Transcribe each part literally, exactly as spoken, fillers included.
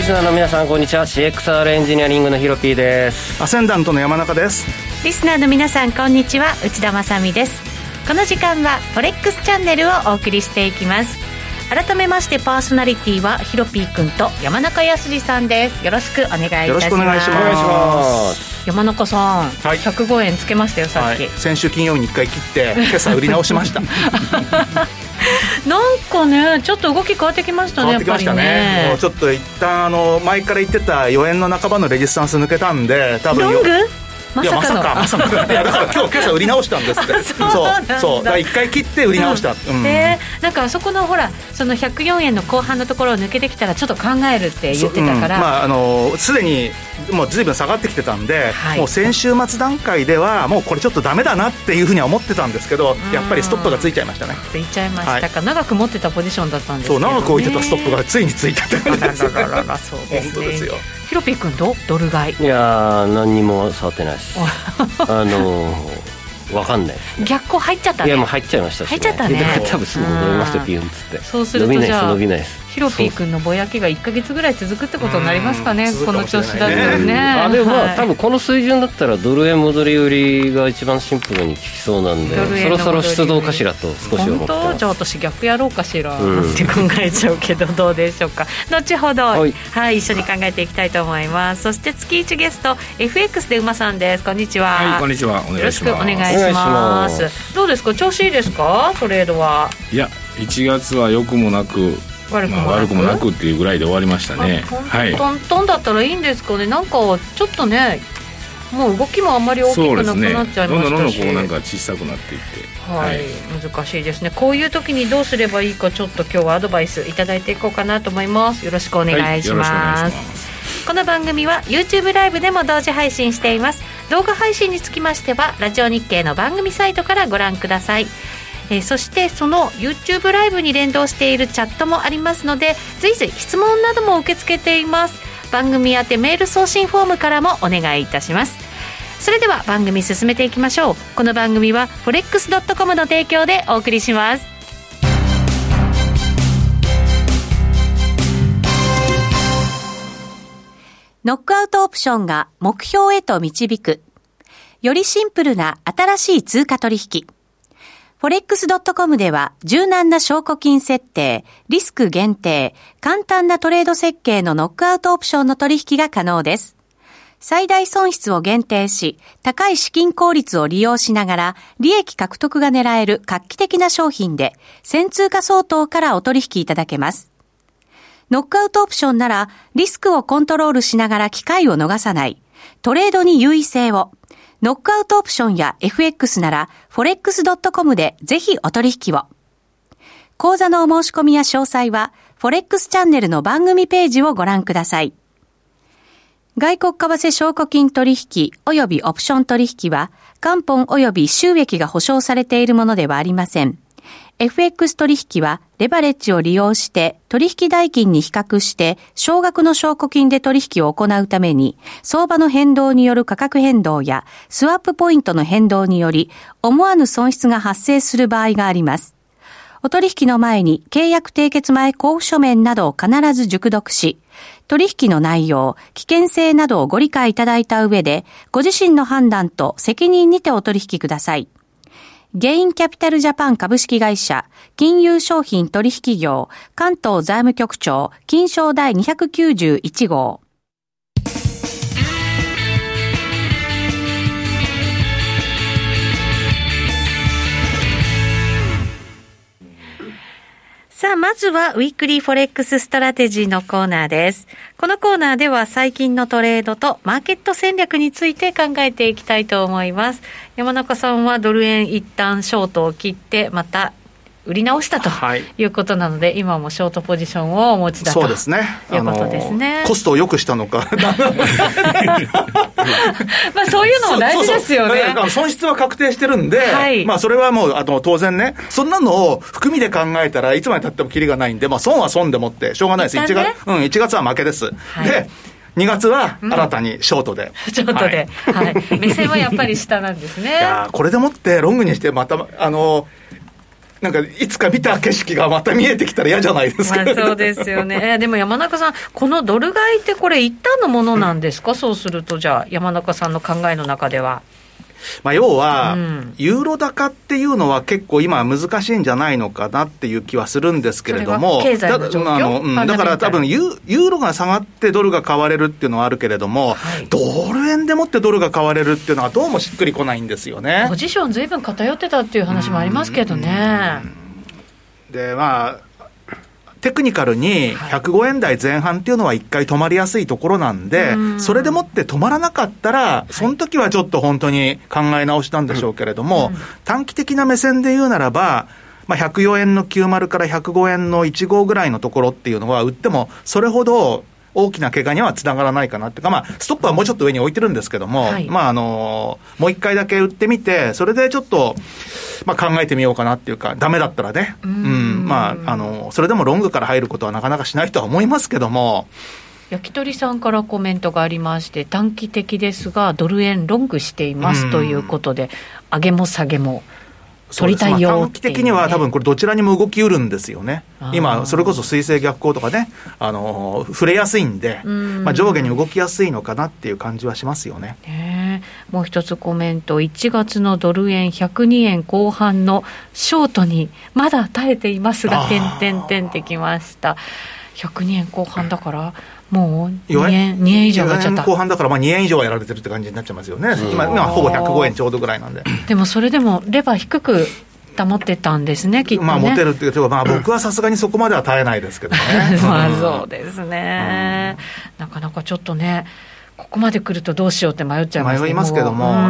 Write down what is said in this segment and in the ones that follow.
スナーの皆さんこんにちは。 シーエックスアール エンジニアリングのヒロピーです。 アセンダントの山中です。 リスナーの皆さんこんにちは、内田まさみです。この時間はフォレックスチャンネルをお送りしていきます。改めましてパーソナリティはヒロピーくんと山中康さんです。よろしくお願いいたします。 よろしくお願いします。 山中さん、はい、ひゃくごえんつけましたよさっき、はい、 先週金曜日にいっかい切って今朝売り直しましたなんかねちょっと動き変わってきましたね。 変わってきましたね。やっぱりねもうちょっと一旦あの前から言ってたよえんの半ばのレジスタンス抜けたんで、多分ロングまさかのいやまさかまさかいやだから今日今朝売り直したんですってそうなんだ。 そうそうだからいっかい切って売り直した、うんうん、 えー、なんかあそこのほらそのひゃくよんえんの後半のところを抜けてきたらちょっと考えるって言ってたから、 うん、まああのすでにもう随分下がってきてたんで、はい、もう先週末段階ではもうこれちょっとダメだなっていうふうには思ってたんですけど、やっぱりストップがついちゃいましたね。 ついちゃいましたか、はい、長く持ってたポジションだったんですけど、ね、 そう長く置いてたストップがついについたって感じですそうですね。本当ですよ。ヒロピー君どドル買い？ いや何にも触ってないですあの分かんないですね。 逆行入っちゃったね。 いやもう入っちゃいましたし、ね、 入っちゃったね。 多分すぐ戻りますよピュンっつって。 そうするとじゃあ伸びないです伸びないです。 ヒロピー君のぼやきがいっかげつぐらい続くってことになりますかね、この調子だとね。 あでもまあ、はい、多分この水準だったらドル円戻り売りが一番シンプルに効きそうなんで、そろそろ出動かしらと少し思ってます。 本当じゃあ私逆やろうかしら、うん、って考えちゃうけどどうでしょうか。後ほど、はいはい、一緒に考えていきたいと思います。そして月いちゲスト エフエックス で馬さんです。こんにちは。 はいこんにちは、お願いします。 よろしくお願いします。どうですか、調子いいですかトレードは。いやいちがつは良くもなく悪くもなく、まあ、悪くもなくっていうぐらいで終わりましたね。 トントン、はい、トントンだったらいいんですかね。なんかちょっとねもう動きもあんまり大きくなくなっちゃいましたし、そうですね、どんどんどんどんこうなんか小さくなっていって、はい、はい、 難しいですね。こういう時にどうすればいいかちょっと今日はアドバイスいただいていこうかなと思います。よろしくお願いします、はい、よろしくお願いします。この番組は YouTube ライブでも同時配信しています。動画配信につきましてはラジオ日経の番組サイトからご覧ください。えー、そしてその YouTube ライブに連動しているチャットもありますので、随時質問なども受け付けています。番組宛てメール送信フォームからもお願いいたします。それでは番組進めていきましょう。この番組は フォレックスドットコム の提供でお送りします。ノックアウトオプションが目標へと導く、よりシンプルな新しい通貨取引。フォレックスドットコム では柔軟な証拠金設定、リスク限定、簡単なトレード設計のノックアウトオプションの取引が可能です。最大損失を限定し、高い資金効率を利用しながら利益獲得が狙える画期的な商品で、せん通貨相当からお取引いただけます。ノックアウトオプションならリスクをコントロールしながら機会を逃さない、トレードに優位性を。ノックアウトオプションや エフエックス なら フォレックスドットコム でぜひお取引を。講座のお申し込みや詳細は フォレックス チャンネルの番組ページをご覧ください。外国為替証拠金取引及びオプション取引は元本及び収益が保証されているものではありません。エフエックス 取引はレバレッジを利用して取引代金に比較して少額の証拠金で取引を行うために、相場の変動による価格変動やスワップポイントの変動により思わぬ損失が発生する場合があります。お取引の前に契約締結前交付書面などを必ず熟読し、取引の内容、危険性などをご理解いただいた上で、ご自身の判断と責任にてお取引ください。ゲインキャピタルジャパン株式会社、金融商品取引業、関東財務局長、金商第にひゃくきゅうじゅういち号。さあ、まずはウィークリーフォレックスストラテジーのコーナーです。このコーナーでは最近のトレードとマーケット戦略について考えていきたいと思います。山中さんはドル円一旦ショートを切ってまた売り直したということなので、はい、今もショートポジションをお持ちだとそうですね、 いうことですね。 コストを良くしたのかまあそういうのも大事ですよね。 そうそうそう、損失は確定してるんで、はい、まあそれはもうあの当然ね、そんなのを含みで考えたらいつまで経ってもキリがないんで、まあ損は損でもってしょうがないです。ね、いちがつ、うん、いちがつは負けです、はい、でにがつは新たにショートで、 うん、ショートで、はいはい、目線はやっぱり下なんですね。 いやこれでもってロングにしてまたあのなんかいつか見た景色がまた見えてきたら嫌じゃないですか、 まあ、そうですよね。でも山中さん、このドル買いってこれ一旦のものなんですか、うん、そうするとじゃあ山中さんの考えの中では。 まあ、要は、うん、ユーロ高っていうのは結構今難しいんじゃないのかなっていう気はするんですけれども、 経済の状況、 あの、うん、だから多分ユー、ユーロが下がってドルが買われるっていうのはあるけれども、はい、ドル円でもってドルが買われるっていうのはどうもしっくりこないんですよね。 ポジションずいぶん偏ってたっていう話もありますけどね。 でまあテクニカルにひゃくごえん台前半っていうのは一回止まりやすいところなんで、はい、それでもって止まらなかったらその時はちょっと本当に考え直したんでしょうけれども、うん、短期的な目線で言うならば、まあ、ひゃくよんえんのきゅうじゅうからひゃくごえんのいちじゅうごぐらいのところっていうのは売ってもそれほど大きな怪我にはつながらないかなっていうか、まあ、ストップはもうちょっと上に置いてるんですけども、はい、まああのもう一回だけ売ってみてそれでちょっと、まあ、考えてみようかなっていうか、ダメだったらね、うん、うん、まあ、あのそれでもロングから入ることはなかなかしないとは思いますけども。 焼き鳥さんからコメントがありまして、短期的ですがドル円ロングしていますということで、上げも下げも取りたいよっていう、ね、 短期的には多分これどちらにも動きうるんですよね。今それこそ水星逆行とかね、あの触れやすいんで、んまあ、上下に動きやすいのかなっていう感じはしますよね。 ね、もう一つコメント、いちがつのドル円ひゃくにえんこう半のショートにまだ耐えていますが点々点ってきました。ひゃくにえんこう半だからもうにえん、にえん以上上がっちゃった。 後半だからまあにえん以上はやられてるって感じになっちゃいますよね。今、今ほぼひゃくごえんちょうどぐらいなんで。 でもそれでもレバー低く保ってたんですね、きっとね。 まあ持てるっていうか、まあ、僕はさすがにそこまでは耐えないですけどね。 まあそうですね、うん、なかなかちょっとね、ここまで来るとどうしようって迷っちゃいますね。 迷いますけども、うん、うん、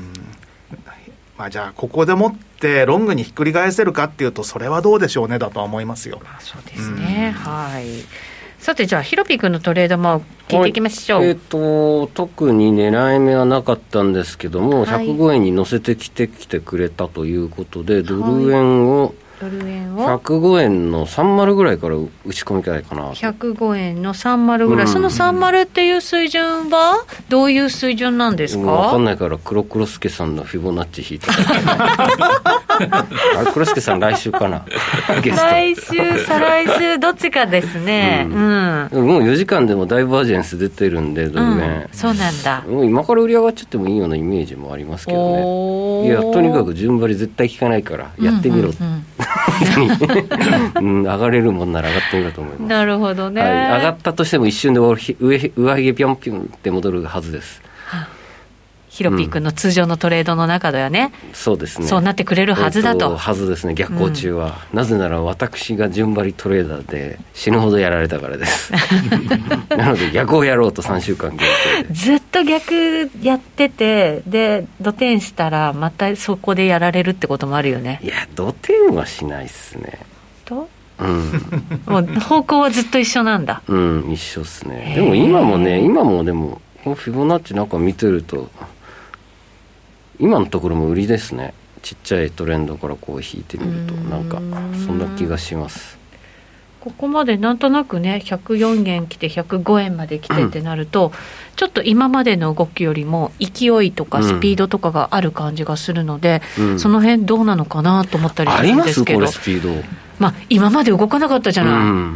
まあ、じゃあここでもってロングにひっくり返せるかっていうと、それはどうでしょうねだとは思いますよ。 まあ、そうですね、うん、はい。さてじゃあヒロピー君のトレードも聞いていきましょう。 はい、えー、と特に狙い目はなかったんですけども、はい、ひゃくごえんに乗せてきてきてくれたということで、ドル円を、はいドル円をひゃくごえんのさんじゅうぐらいから打ち込みたいかな。 ひゃくごえんのさんじゅうぐらい、うん、そのさんじゅうっていう水準はどういう水準なんですか？ 分かんないから黒黒助さんのフィボナッチ引いてあれ黒助さん来週かなゲスト来週再来週どっちかですね、うんうん、もうよじかんでもダイバージェンス出てるんでドル円、うん、 そうなんだ。 もう今から売り上がっちゃってもいいようなイメージもありますけどね。いやとにかく順張り絶対効かないからやってみろって、うんうんうんうん、上がれるもんなら上がってみようと思います。 なるほどね、はい、 上がったとしても一瞬で上上髭ピョンピョンって戻るはずです。はあ、 ヒロピー君の通常のトレードの中ではね、 うん、そうですね、 そうなってくれるはずだと、 えー、とはずですね。逆行中は、うん、なぜなら私が順張りトレーダーで死ぬほどやられたからですなので逆をやろうとさんしゅうかん限定でずっと逆やってて、で土天したらまたそこでやられるってこともあるよね。 いや土天はしないっすねと、 うん、 もう方向はずっと一緒なんだ。 うん一緒っすね。でも今もね今もでもこのフィボナッチなんか見てると今のところも売りですね。ちっちゃいトレンドからこう引いてみるとなんかそんな気がします。 ここまでなんとなくねひゃくよんえん来てひゃくごえんまで来てってなると、うん、ちょっと今までの動きよりも勢いとかスピードとかがある感じがするので、うん、その辺どうなのかなと思ったりするんですけど。 ありますこれスピード、 まあ、今まで動かなかったじゃない、うん、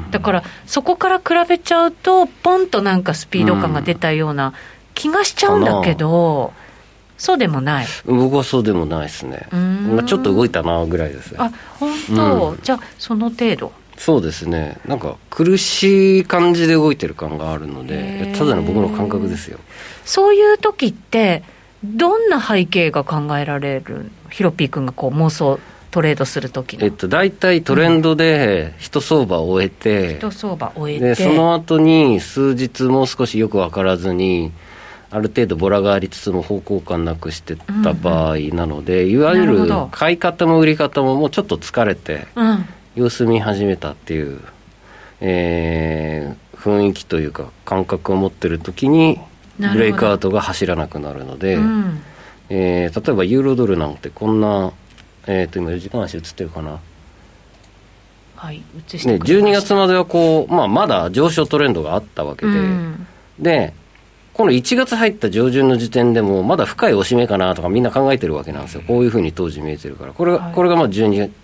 だからそこから比べちゃうとポンとなんかスピード感が出たような気がしちゃうんだけど、うんそうでもない。 僕はそうでもないですね。まあ、ちょっと動いたなぐらいですね。 あ本当、うん、じゃあその程度。 そうですね。なんか苦しい感じで動いてる感があるので、ただの僕の感覚ですよ。 そういう時ってどんな背景が考えられる？ヒロピー君がこう妄想トレードする時の、 えっと、大体トレンドで一相場を終えて、 うん、一相場終えてでその後に数日もう少しよく分からずにある程度ボラがありつつも方向感なくしてた場合なので、うんうん、いわゆる買い方も売り方ももうちょっと疲れて、うん、様子見始めたっていう、えー、雰囲気というか感覚を持ってる時にブレイクアウトが走らなくなるので、うんえー、例えばユーロドルなんてこんな、えー、と今時間足映ってるかな、 はい映してくれました。 ね、じゅうにがつまではこう、まあ、まだ上昇トレンドがあったわけで、うん、でこのいちがつ入った上旬の時点でもまだ深い押し目かなとかみんな考えてるわけなんですよ。こういうふうに当時見えてるからこれが、はい、これがまあじゅうに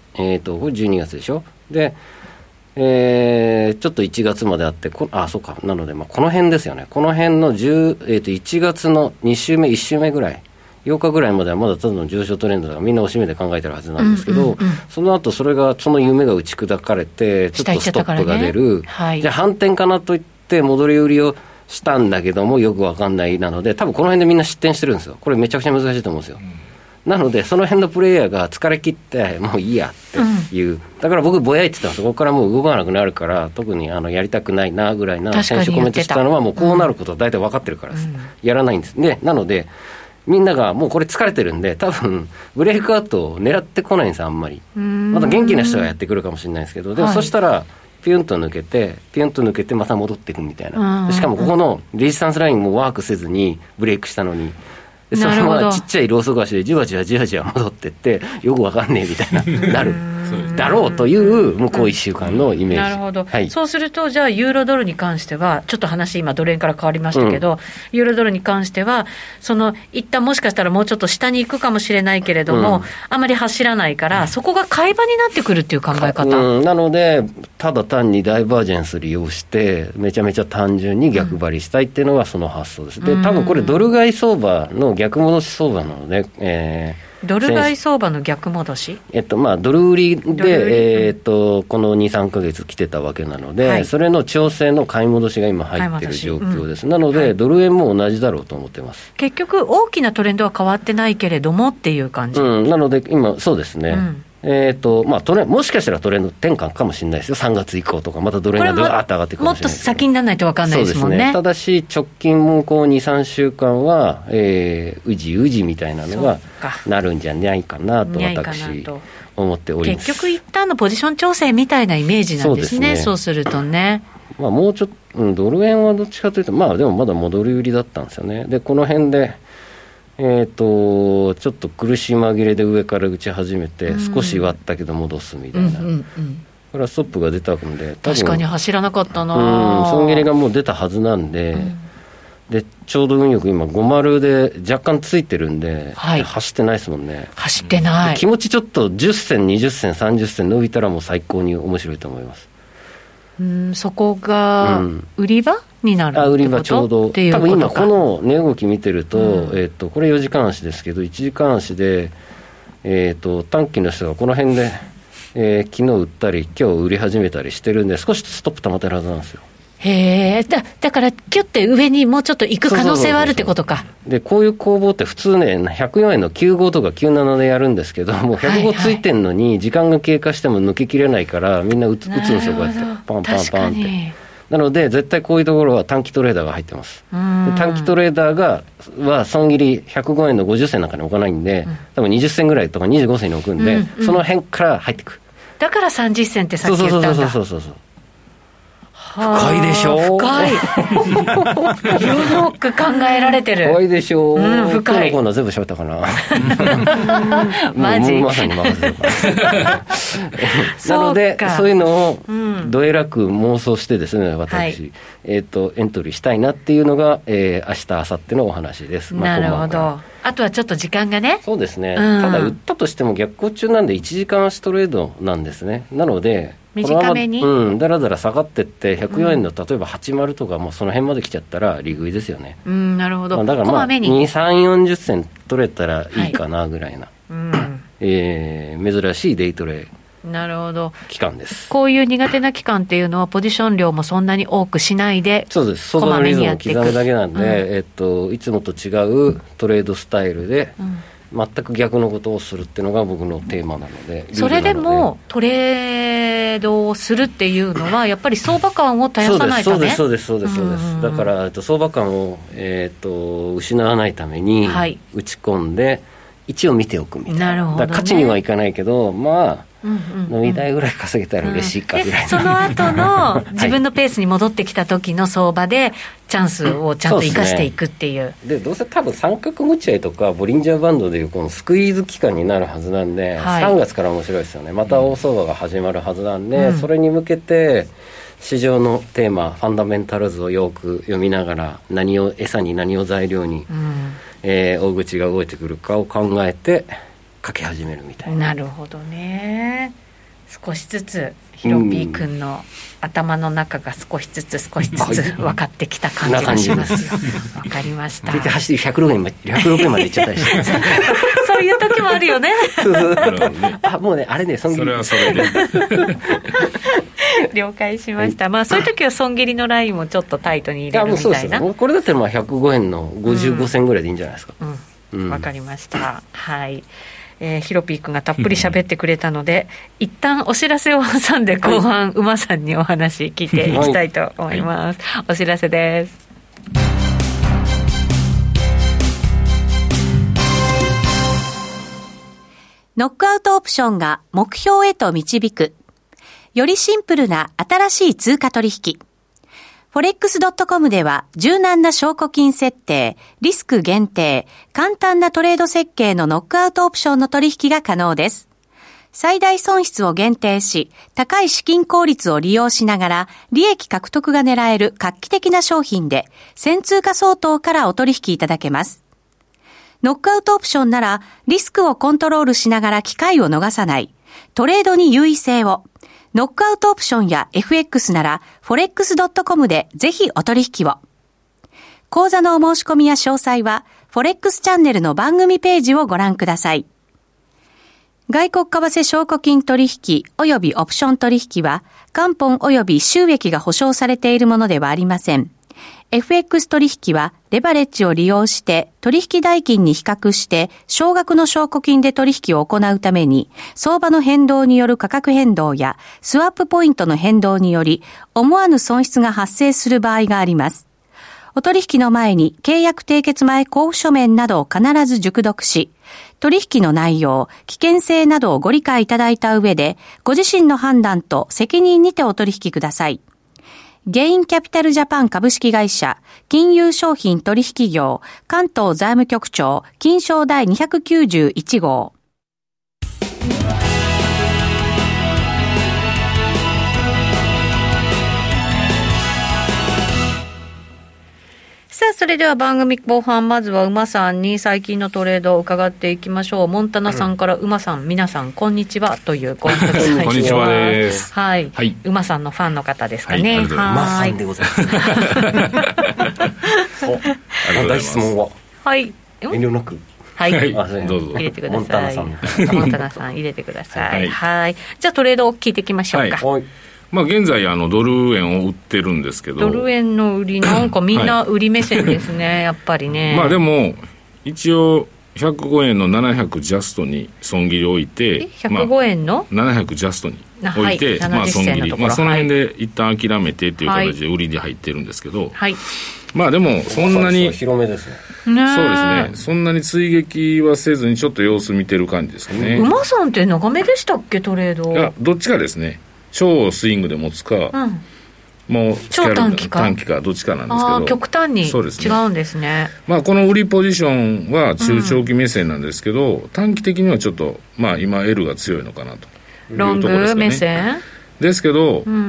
えー、とこれじゅうにがつでしょ。で、えー、ちょっといちがつまであってこあそうかなので、まあ、この辺ですよね。この辺のじゅう、えー、といちがつのに週目いっ週目ぐらいようかぐらいまではまだただの上昇トレンドがみんなおしめで考えてるはずなんですけど、うんうんうん、その後それがその夢が打ち砕かれてちょっとストップが出る、ねはい、じゃあ反転かなといって戻り売りをしたんだけどもよくわかんないなので多分この辺でみんな失点してるんですよ。これめちゃくちゃ難しいと思うんですよ、うん、なのでその辺のプレイヤーが疲れ切ってもういいやっていう、うん、だから僕ぼやいてたのそこからもう動かなくなるから特にあのやりたくないなぐらいな選手コメントしたのはもうこうなることは大体分かってるからです、うん、やらないんです。でなのでみんながもうこれ疲れてるんで多分ブレイクアウトを狙ってこないんですあんまり。また元気な人がやってくるかもしれないですけどでもそしたらピュンと抜けてピュンと抜けてまた戻っていくみたいな。しかもここのレジスタンスラインもワークせずにブレイクしたのにでそのままちっちゃいローソク足でじわじわじわじわ戻ってってよくわかんねえみたいななるだろうという向こういっしゅうかんのイメージ、 なるほど、 はい、 そうするとじゃあユーロドルに関してはちょっと話今ドル円から変わりましたけど、うん、ユーロドルに関してはその一旦もしかしたらもうちょっと下に行くかもしれないけれども、うん、あまり走らないからそこが買い場になってくるっていう考え方、 うん、なのでただ単にダイバージェンス利用してめちゃめちゃ単純に逆張りしたいっていうのがその発想です、うん、で多分これドル買い相場の逆戻し相場なので、えードル買い相場の逆戻し、 えっとまあ、ドル売りで、えー、っとこの にさんかげつ来てたわけなので、はい、それの調整の買い戻しが今入っている状況です、うん、なので、はい、ドル円も同じだろうと思ってます。 結局大きなトレンドは変わってないけれどもっていう感じ、 うん、なので今そうですね、うんえーとまあ、トレもしかしたらトレンド転換かもしれないですよ。さんがつ以降とかまたドル円がドワーッと上がっていくかもしれない。 もっと先にならないと分かんないですもんね。そうですね。 ただし直近もこう にさんしゅうかんは、えー、うじうじみたいなのがなるんじゃないかなと私思っております。 結局一旦のポジション調整みたいなイメージなんですね。そうですね。そうするとね、 まあ、もうちょっと、うん、ドル円はどっちかというとまあでもまだ戻り売りだったんですよね。でこの辺でえー、とちょっと苦しい紛れで上から打ち始めて、うん、少し割ったけど戻すみたいな、うんうんうん、これはストップが出たので確かに走らなかったな、 うん、損切りがもう出たはずなんで、うん、でちょうど運よく今ごじゅうで若干ついてるんで、はい、走ってないですもんね。 走ってない。 気持ちちょっとじゅっ銭にじゅっ銭さんじゅっ銭伸びたらもう最高に面白いと思います。 うん、そこが売り場、うんになるってこと？あ売り場ちょうど多分今この値動き見てると、うんえー、とこれよじかん足ですけどいちじかん足で、えー、と短期の人がこの辺で、えー、昨日売ったり今日売り始めたりしてるんで少しストップ溜まってるはずなんですよ。 へえ、だ, だからキュッて上にもうちょっと行く可能性はあるってことか。 そうそうそうそうでこういう攻防って普通ねひゃくよんえんのきゅうごとかきゅうななでやるんですけどもうひゃくごついてんのに時間が経過しても抜けきれないからみんな打 つ, 打つんですよこうやってパンパンパンって。なので絶対こういうところは短期トレーダーが入ってます。で短期トレーダーがは損切りひゃくごえんのごじゅっ銭なんかに置かないんで、うん、多分にじゅっ銭ぐらいとかにじゅうご銭に置くんで、うんうん、その辺から入ってく。 だからさんじゅっ銭ってさっき言ったんだ。 そうそうそうそうそう深いでしょう。 深いよく考えられてる。 深いでしょう、うん、 深い。 今日のコーナー全部喋ったかなマジもうまさに任せるなのでそういうのをどえらく妄想してですね私、はいえー、とエントリーしたいなっていうのが、えー、明日明後日のお話です。 なるほど。あとはちょっと時間がね。 そうですね、うん、ただ売ったとしても逆行中なんでいちじかん足トレードなんですね。なので短めに、 うん、だらだら下がってってひゃくよんえんの例えばはちじゅうとかもうその辺まで来ちゃったら利食いですよね。 うん、なるほど、 まあ、だからまあに、さん、よんじゅっ銭取れたらいいかなぐらいな、はいうんえー、珍しいデイトレなるほど期間です。 こういう苦手な期間っていうのはポジション量もそんなに多くしないでそうです相場のリズムを刻むだけなんで、うんえっと、いつもと違うトレードスタイルで、うん全く逆のことをするっていうのが僕のテーマなのでそれでもトレードをするっていうのはやっぱり相場感を絶やさないためそうですそうですそうですそうですだから相場感を、えー、と失わないために打ち込んで一応見ておくみたいな、なるほどね、だから勝ちにはいかないけどまあうんうんうん、飲み代ぐらい稼げたら嬉しいかぐらい、うん、 その後の自分のペースに戻ってきた時の相場でチャンスをちゃんと生かしていくっていう、 うん、で, ね、でどうせ多分三角持ち合いとかボリンジャーバンドでいうこのスクイーズ期間になるはずなんで、はい、さんがつから面白いですよね。また大相場が始まるはずなんで、うん、それに向けて市場のテーマファンダメンタルズをよく読みながら何を餌に何を材料に、うんえー、大口が動いてくるかを考えてかけ始めるみたいな。 なるほどね。少しずつヒロピー君の頭の中が少しずつ少しずつ分かってきた感じがしますよ。分かりました。 で走ってひゃくろくえんまでひゃくろくえんまで行っちゃったりしてそういう時もあるよね。 あもうねあれね損切りそれはそれで了解しました、はい、まあそういう時は損切りのラインもちょっとタイトに入れるみたいな。いやもうそうですよ。これだったらまあひゃくごえんのごじゅうごせんぐらいでいいんじゃないですか。 うんうんうん、分かりました。はい、えー、ヒロピー君がたっぷり喋ってくれたので、うん、一旦お知らせを挟んで後半、はい、馬さんにお話聞いていきたいと思います、はい、お知らせです。 ノックアウトオプションが目標へと導く、よりシンプルな新しい通貨取引。フォレックスドットコム では柔軟な証拠金設定、リスク限定、簡単なトレード設計のノックアウトオプションの取引が可能です。最大損失を限定し、高い資金効率を利用しながら利益獲得が狙える画期的な商品で、せん通貨相当からお取引いただけます。ノックアウトオプションならリスクをコントロールしながら機会を逃さない、トレードに優位性を。ノックアウトオプションや エフエックス なら フォレックスドットコム でぜひお取引を。講座のお申し込みや詳細は フォレックス チャンネルの番組ページをご覧ください。外国為替証拠金取引及びオプション取引は元本及び収益が保証されているものではありません。エフエックス 取引はレバレッジを利用して取引代金に比較して少額の証拠金で取引を行うために相場の変動による価格変動やスワップポイントの変動により思わぬ損失が発生する場合があります。お取引の前に契約締結前交付書面などを必ず熟読し、取引の内容、危険性などをご理解いただいた上でご自身の判断と責任にてお取引ください。ゲインキャピタルジャパン株式会社、金融商品取引業、関東財務局長、金商第にひゃくきゅうじゅういち号。 さあそれでは番組後半、まずは馬さんに最近のトレードを伺っていきましょう。モンタナさんから、馬さん皆さんこんにちはというご挨拶。 こんにちはです。 はい、はい、馬さんのファンの方ですかね。はい、 馬さんでございます大質問は、 はい、 遠慮なく、 はい、 はい、どうぞ。 入れてください。 モンタナさんモンタナさん入れてください。はい、はい、じゃあトレードを聞いていきましょうか。はい、 まあ、現在あのドル円を売ってるんですけど、 ドル円の売りなんかみんな売り目線ですね、はい、やっぱりね。 まあでも一応ひゃくごえんのななひゃくジャストに損切りを置いて、 ひゃくごえんの、 まあ、ななひゃくジャストに置いて、はい、まあ、損切り、まあ、その辺で一旦諦めてっていう形で売りに入ってるんですけど、はい、まあでもそんなに広めですね。 そうですね、そんなに追撃はせずにちょっと様子見てる感じですかね。 馬さんって長めでしたっけトレード。 いやどっちかですね、超スイングで持つか、うん、もう超短期か短期かどっちかなんですけど、 あ極端に違うんですね。 まあ、この売りポジションは中長期目線なんですけど、うん、短期的にはちょっと、まあ、今 L が強いのかなというところですかね。ロング目線ですけど、うん、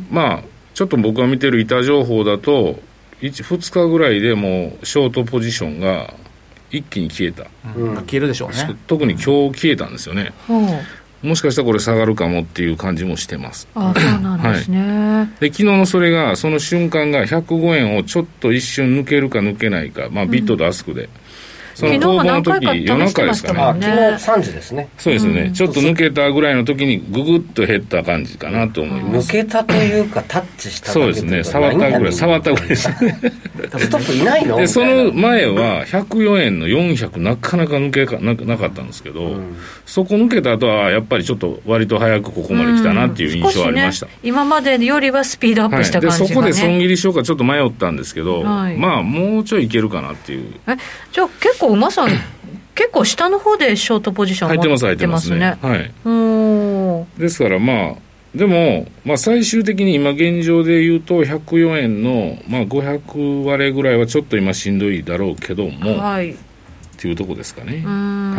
まあちょっと僕が見てる板情報だとふつかぐらいでもうショートポジションが一気に消えた、 うん、消えるでしょうね。 特に今日消えたんですよね、うんもしかしたらこれ下がるかもっていう感じもしてます。 ああそうなんですね、はい、 で昨日のそれがその瞬間がひゃくごえんをちょっと一瞬抜けるか抜けないか、まあ、ビットとアスクで、うんその逃亡の時夜中ですかね。 あ昨日さんじですね。 そうですね、うん、ちょっと抜けたぐらいの時にググッと減った感じかなと思います。 抜けたというかタッチしただけ。 そうですね、触ったぐらい触ったぐらいですストップいないのでその前はひゃくよえんのよんひゃくなかなか抜けか な, なかったんですけど、うん、そこ抜けた後はやっぱりちょっと割と早くここまで来たなっていう印象はありました、うんね、 今までよりはスピードアップした感じが、ねはい、でそこで損切りしようかちょっと迷ったんですけど、はい、まあもうちょいいけるかなっていう。 えじゃあ結構馬さん結構下の方でショートポジション持ってますね。 入ってます入ってますね、はい、おですからまあでも、まあ、最終的に今現状で言うとひゃくよえんの、まあ、ごひゃく割れぐらいはちょっと今しんどいだろうけども、はい、っていうとこですかね。うーん、 はい、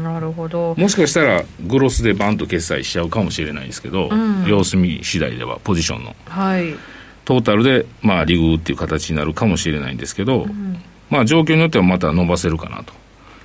なるほど。 もしかしたらグロスでバンと決済しちゃうかもしれないですけど、うん、様子見次第ではポジションの、はい、トータルで、まあ、リグっていう形になるかもしれないんですけど、うん、まあ、状況によってはまた伸ばせるかなと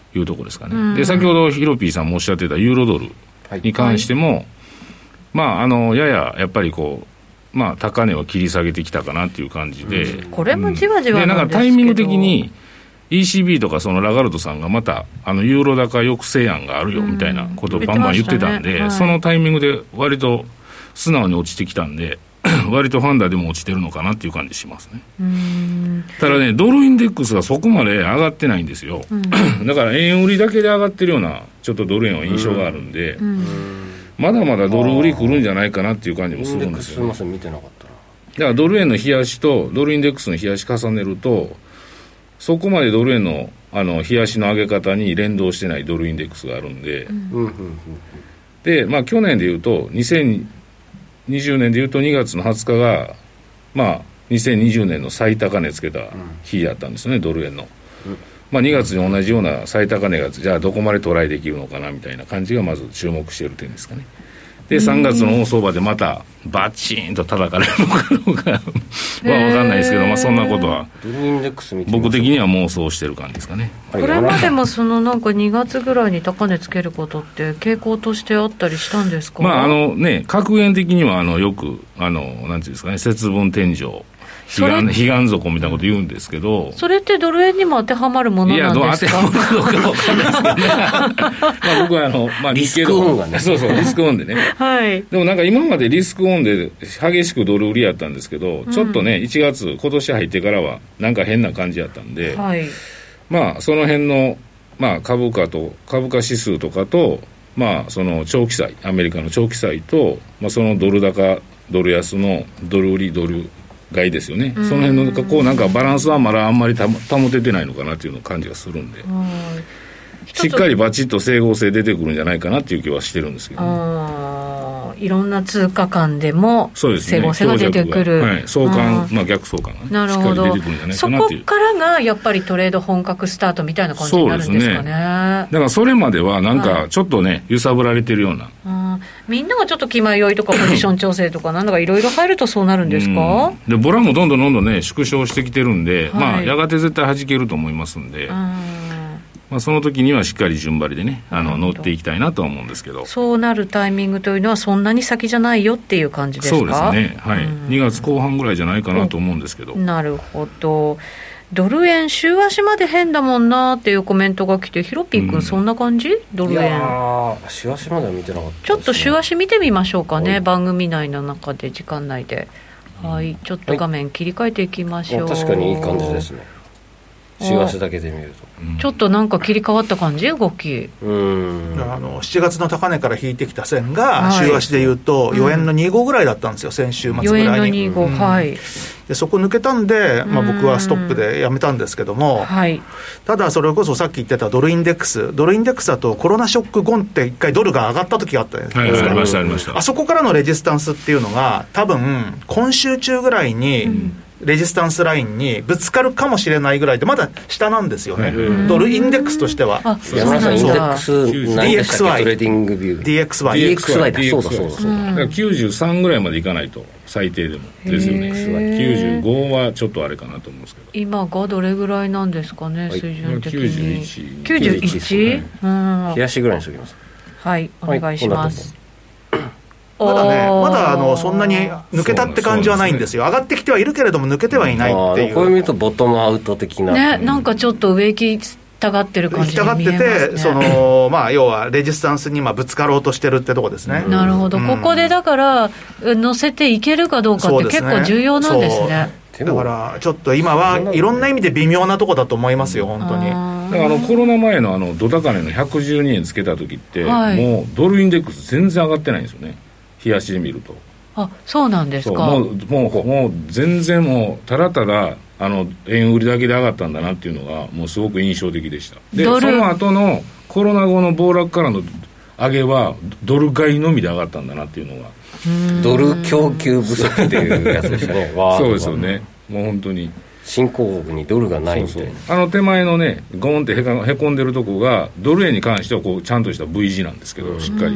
いうところですかね。で先ほどヒロピーさんもおっしゃってたユーロドルに関しても、はい、まああのやややっぱりこう、まあ、高値を切り下げてきたかなっていう感じで、うん、 これもじわじわなんですけど、でなんかタイミング的に イーシービー とかそのラガルドさんがまたあのユーロ高抑制案があるよみたいなことをバンバン言ってたんで、うんねはい、そのタイミングで割と素直に落ちてきたんで割とファンダでも落ちてるのかなっていう感じしますね。うーんただねドルインデックスがそこまで上がってないんですよ、うん、だから円売りだけで上がってるようなちょっとドル円は印象があるんで、うんうん、まだまだドル売り来るんじゃないかなっていう感じもするんですよ、ね、 インデックスすみません見てなかったな。 だからドル円の冷やしとドルインデックスの冷やし重ねるとそこまでドル円のあの冷やしの上げ方に連動してないドルインデックスがあるんで、うん、で、まあ、去年でいうとにせんにじゅうねんでいうとにがつのはつかが、まあ、にせんにじゅうねんの最高値つけた日だったんですね、うん、ドル円の、うんまあ、にがつに同じような最高値がじゃあどこまでトライできるのかなみたいな感じがまず注目している点ですかね。でさんがつの大相場でまたバチーンと叩かれるのかどうかは分かんないですけど、まあ、そんなことは僕的には妄想してる感じですかね。 これまでもそのなんかにがつぐらいに高値つけることって傾向としてあったりしたんですか。 まああのね格言的にはあのよくあのなんていうんですかね節分天井彼岸、彼岸底みたいなこと言うんですけど、 それってドル円にも当てはまるものなんですか。いや当てはまるかどうか分かんないですけどねまあ僕はあの、まあ、 リスクオンがねそうそうリスクオンでね、 はい、 でもなんか今までリスクオンで激しくドル売りやったんですけど、うん、ちょっとねいちがつ今年入ってからはなんか変な感じやったんで、はい、まあその辺の、まあ、株価と株価指数とかと、まあ、その長期債アメリカの長期債と、まあ、そのドル高ドル安のドル売りドル買いですよね。その辺のこうなんかバランスはまだあんまり保ててないのかなっていうの感じがするんで、しっかりバチッと整合性出てくるんじゃないかなっていう気はしてるんですけど、 ね、いろんな通貨間でも整合性が出てくる、 はい、相関、まあ、逆相関が、ね、 なるほど、 しっかり出てくるんじゃないかなっていう。 そこからがやっぱりトレード本格スタートみたいな感じになるんですかね。そうですね。 だからそれまではなんかちょっとね揺さぶられてるような、 うん、みんながちょっと気迷いとかポジション調整とかなんだかいろいろ入るとそうなるんですか。 でボラもどんどんどんどんね縮小してきてるんで、はい、まあやがて絶対弾けると思いますんで、うんまあ、その時にはしっかり順張りでねあの乗っていきたいなとは思うんですけど、 そうなるタイミングというのはそんなに先じゃないよっていう感じですか。 そうですね、はい、うん、にがつこう半ぐらいじゃないかなと思うんですけど。 なるほど。ドル円週足まで変だもんなっていうコメントが来て、ヒロピー君そんな感じ、うん、ドル円。いや週足までは見てなかったですね。 ちょっと週足見てみましょうかね、はい、番組内の中で時間内で、はい、ちょっと画面切り替えていきましょう、 はい、確かにいい感じですね。週足だけで見ると、 うん、ちょっとなんか切り替わった感じ動き。 うんあのしちがつの高値から引いてきた線が週足でいうとよえんのにじゅうごぐらいだったんですよ、先週末ぐらいに。 よえんのにじゅうご、うん、はい。 でそこ抜けたんで、まあ、僕はストップでやめたんですけども、はい、ただそれこそさっき言ってたドルインデックスドルインデックスだとコロナショック後って一回ドルが上がった時があったんですか、 はい、ありましたありました。 あそこからのレジスタンスっていうのが多分今週中ぐらいに、うんレジスタンスラインにぶつかるかもしれないぐらいでまだ下なんですよね、うん、ドルインデックスとしては。 山田さんインデックス何でしたっけ、トレーディングビューディーエックスワイディーエックスワイ だそうだそうだそうだ、うん、 だからきゅうじゅうさんぐらいまでいかないと最低でもですよね。きゅうじゅうごはちょっとあれかなと思うんですけど、 今がどれぐらいなんですかね、はい、水準的に。きゅうじゅういち きゅうじゅういち、 ね、うん、冷やしぐらいにしておきます。 はいお願いします、はいまだね、まだあのそんなに抜けたって感じはないんですよ。上がってきてはいるけれども抜けてはいないっていう。 こういう見るとボトムアウト的な、 ね、なんかちょっと上行きたがってる感じに見えますね。 行きたがってて、そのまあ要はレジスタンスにまあぶつかろうとしてるってとこですね。 なるほど、うん、ここでだから乗せていけるかどうかって結構重要なんですね。 だからちょっと今はいろんな意味で微妙なとこだと思いますよ本当に。だからあのコロナ前のあのド高値のひゃくじゅうにえんつけた時って、はい、もうドルインデックス全然上がってないんですよね、冷やしで見ると。 あ、そうなんですか。 もうもうもう全然もうただただあの円売りだけで上がったんだなっていうのがもうすごく印象的でした。でその後のコロナ後の暴落からの上げはドル買いのみで上がったんだなっていうのが、 ドル供給不足っていうやつでしたねそうですよね。もう本当に新興国にドルがないみたいな。そうそう、あの手前のねゴーンってへかへこんでるとこがドル円に関してはこうちゃんとした V 字なんですけど、しっかり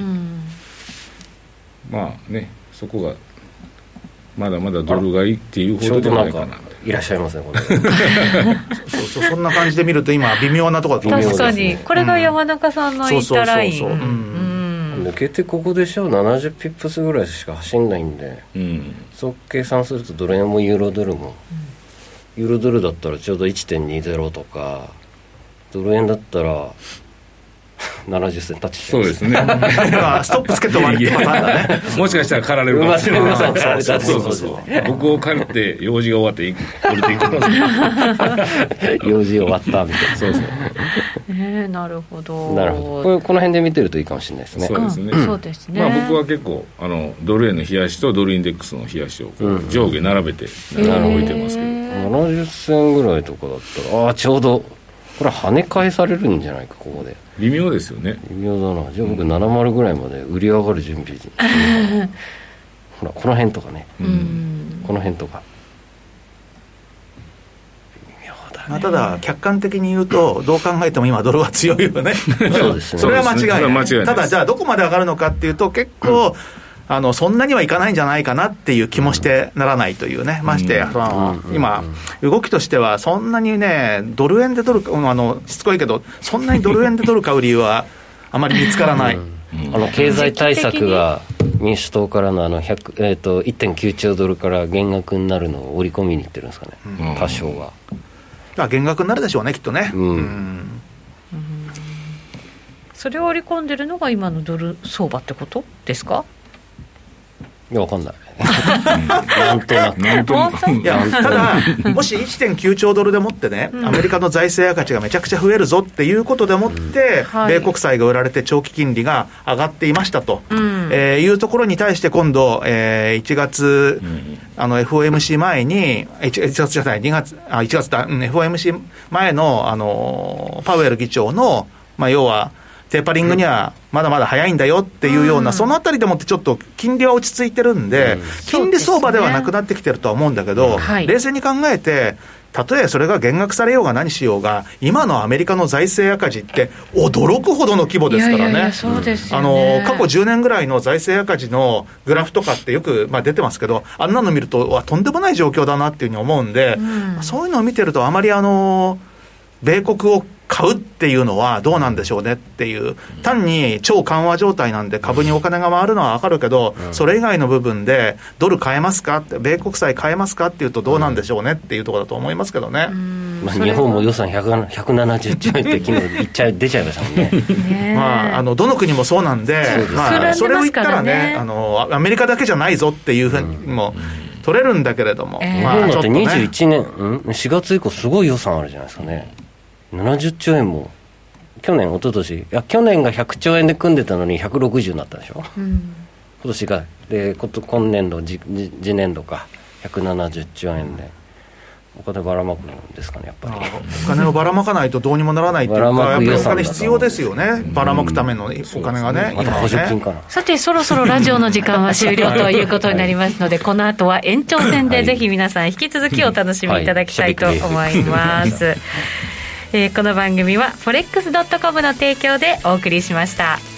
まあねそこがまだまだドル買いっていうほどではないかな。 いらっしゃいますねこれそうそう、そんな感じで見ると今微妙なところだと思います。 確かにこれが山中さんの言ったライン。 抜けてここでしょ、ななじゅうピップスぐらいしか走んないんで、うん、そう計算するとドル円もユーロドルも、うん、ユーロドルだったらちょうど いってんにゼロ とか、ドル円だったらななじゅっせんタッチしちゃう。 そうですねストップつけて終わりパターンだねもしかしたら駆られるかもしれない。そうそうそう、僕を駆って用事が終わって降りていきます用事終わったみたいな。 そうそうえー、なるほど。 なるほど。これこの辺で見てるといいかもしれないですね。 そうですね、 うん、そうですね。 まあ、僕は結構あのドル円の冷やしとドルインデックスの冷やしを上下並べて並べ置いてますけど、 ななじゅっせんぐらいとかだったら、ああちょうどこれ跳ね返されるんじゃないか、ここで。 微妙ですよね。 微妙だな。じゃあ僕ななじゅうぐらいまで売り上がる準備ほらこの辺とかね、うん、この辺とか微妙だね。 まあ、ただ客観的に言うとどう考えても今ドルは強いよねそうですねそれは間違いない。 間違いない。 ただじゃあどこまで上がるのかっていうと結構、うん、あのそんなにはいかないんじゃないかなっていう気もしてならないというね、ましてや、その今動きとしてはそんなにねドル円でドルあのしつこいけどそんなにドル円でドル買う理由はあまり見つからない、うんうん、あの経済対策が民主党からのあの、えー、と いってんきゅうちょうドルから減額になるのを織り込みにいってるんですかね、うん、多少は。 あ、減額になるでしょうねきっとね、うんうん、 それを織り込んでるのが今のドル相場ってことですか。 いや分かんないなんとなくなんとなくいやただもし いってんきゅうちょうドルでもってね、うん、アメリカの財政赤字がめちゃくちゃ増えるぞっていうことでもって、うん、米国債が売られて長期金利が上がっていましたと、うんえー、いうところに対して今度、えー、いちがつ、うん、あの エフオーエムシー 前にいちがつじゃないにがつあいちがつだ、うん、エフオーエムシー 前の、あのパウエル議長の、まあ、要はテーパリングにはまだまだ早いんだよっていうような、うん、そのあたりでもってちょっと金利は落ち着いてるんで、うん、金利相場ではなくなってきてるとは思うんだけど、はい、冷静に考えてたとえそれが減額されようが何しようが今のアメリカの財政赤字って驚くほどの規模ですからね。いやいやそうですよね。あの過去じゅうねんぐらいの財政赤字のグラフとかってよく、まあ、出てますけど、あんなの見るとわとんでもない状況だなっていうふうに思うんで、うん、そういうのを見てるとあまりあの米国を買うっていうのはどうなんでしょうねっていう、単に超緩和状態なんで株にお金が回るのは分かるけど、それ以外の部分でドル買えますかって、米国債買えますかっていうとどうなんでしょうねっていうところだと思いますけどね。 まあ、日本も予算ひゃくななじゅっちょうえんって昨日いっちゃ出ちゃいましたもんねねまあ、あのどの国もそうなんで、まあ、それを言ったらね、あのアメリカだけじゃないぞっていうふうにも取れるんだけれども、 えーまあ、日本だってにじゅういちねん、うん、しがつ以降すごい予算あるじゃないですかね。ななじゅっちょうえんも去年、一昨年いや去年がひゃくちょうえんで組んでたのにひゃくろくじゅうになったでしょ、うん、今年がで今年度次年度かひゃくななじゅっちょうえんでお金ばらまくんですかね、やっぱりお金をばらまかないとどうにもならないっていうか、やっぱりお金必要ですよね、ばらまくためのお金がね、 また補助金かな。 さてそろそろラジオの時間は終了ということになりますので、この後は延長戦でぜひ皆さん引き続きお楽しみいただきたいと思います、はいえー、この番組は フォレックスドットコム の提供でお送りしました。